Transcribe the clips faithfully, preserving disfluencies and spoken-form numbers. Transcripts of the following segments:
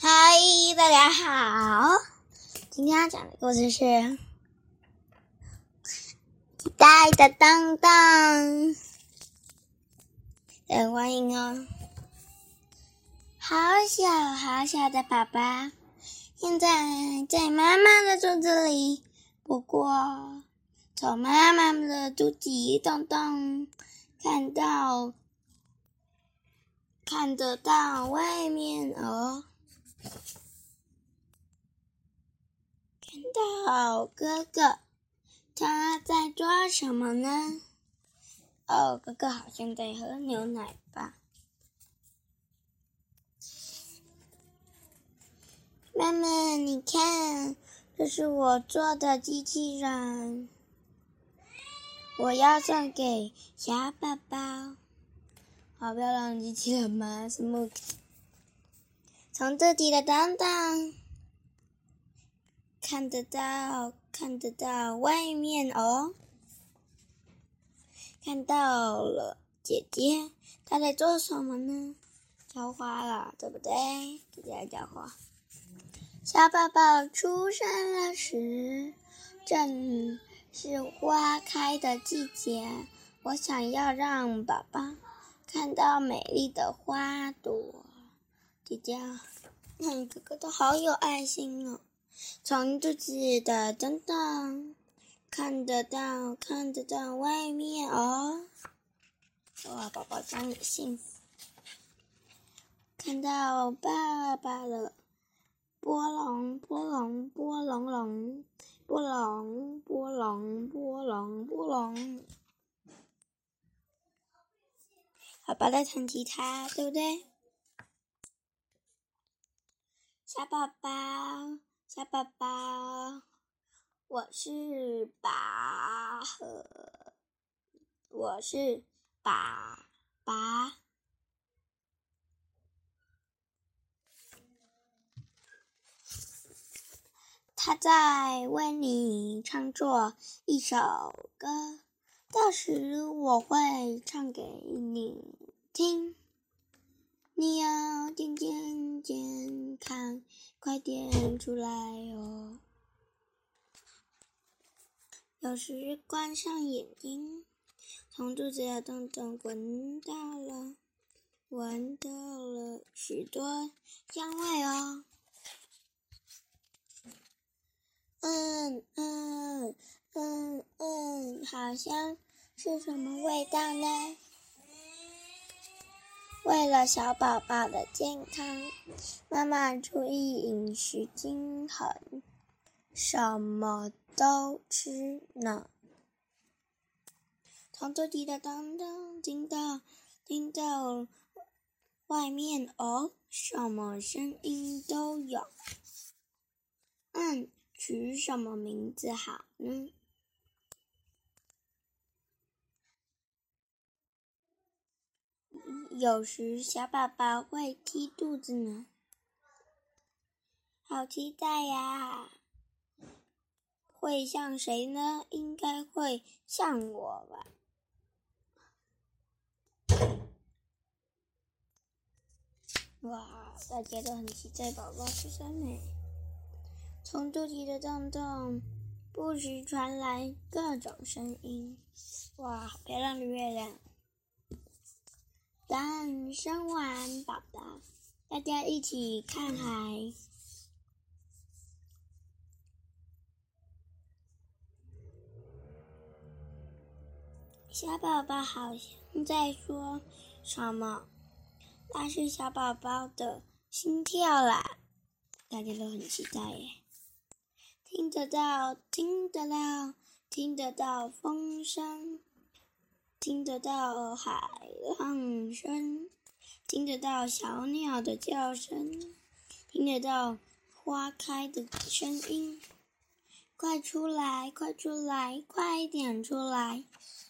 嗨，大家好！今天要讲的故事是《期待的当当》，很欢迎哦！好小好小的宝宝，现在在妈妈的肚子里，不过从妈妈的肚子一动动，看到看得到外面哦。看到哥哥，他在做什么呢？哦，哥哥好像在喝牛奶吧。妈妈，你看，这是我做的机器人，我要送给小宝宝。好漂亮的机器人吗？是木头。从这里的当当看得到，看得到外面哦。看到了姐姐，她在做什么呢？浇花了，对不对？姐姐在浇花。小宝宝出生了时，正是花开的季节。我想要让宝宝看到美丽的花朵。姐姐，看哥哥都好有爱心哦。从肚子的灯灯看得到，看得到外面哦。哇，宝宝真也幸福。看到爸爸了，波龙波龙波龙龙，波龙波龙波龙波龙。爸爸在弹吉他，对不对？小宝宝，小宝宝，我是爸和，我是爸爸。他在为你唱作一首歌，到时我会唱给你听。你要健健健康，快点出来哦。有时关上眼睛，从肚子的洞洞闻到了，闻到了许多香味哦。嗯嗯嗯嗯，好像是什么味道呢？为了小宝宝的健康，妈妈注意饮食均衡，什么都吃呢。从这里的当当听到听到外面哦，什么声音都有。嗯，取什么名字好呢？有时小宝宝会踢肚子呢，好期待呀！会像谁呢？应该会像我吧。哇，大家都很期待宝宝出生呢。从肚里的洞洞不时传来各种声音。哇，好漂亮的月亮！刚生完宝宝，大家一起看海。小宝宝好像在说什么，那是小宝宝的心跳啦，大家都很期待耶。听得到，听得到，听得到风声，听得到海浪声，听得到小鸟的叫声，听得到花开的声音。快出来，快出来，快一点出来！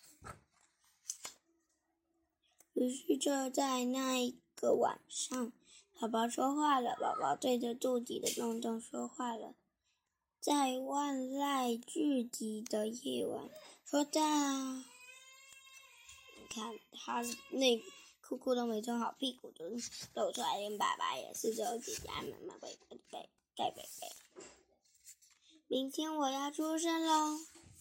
于是就在那一个晚上，宝宝说话了。宝宝对着肚子的洞洞说话了。在万籁俱寂的夜晚，说道：“你看，他那裤裤都没穿好，屁股都露出来，连爸爸也是，只有姐姐和妈妈会盖被盖被被。明天我要出生喽！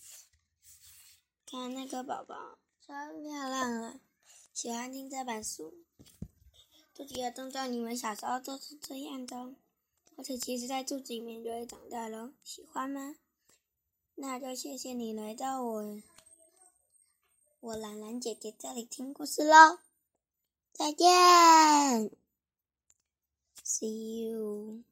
看那个宝宝超漂亮了，喜欢听这本书。肚子的动作，你们小时候都是这样的哦，而且其实在肚子里面就会长大了，喜欢吗？那就谢谢你来到我我兰兰姐姐这里听故事喽，再见 ，See you。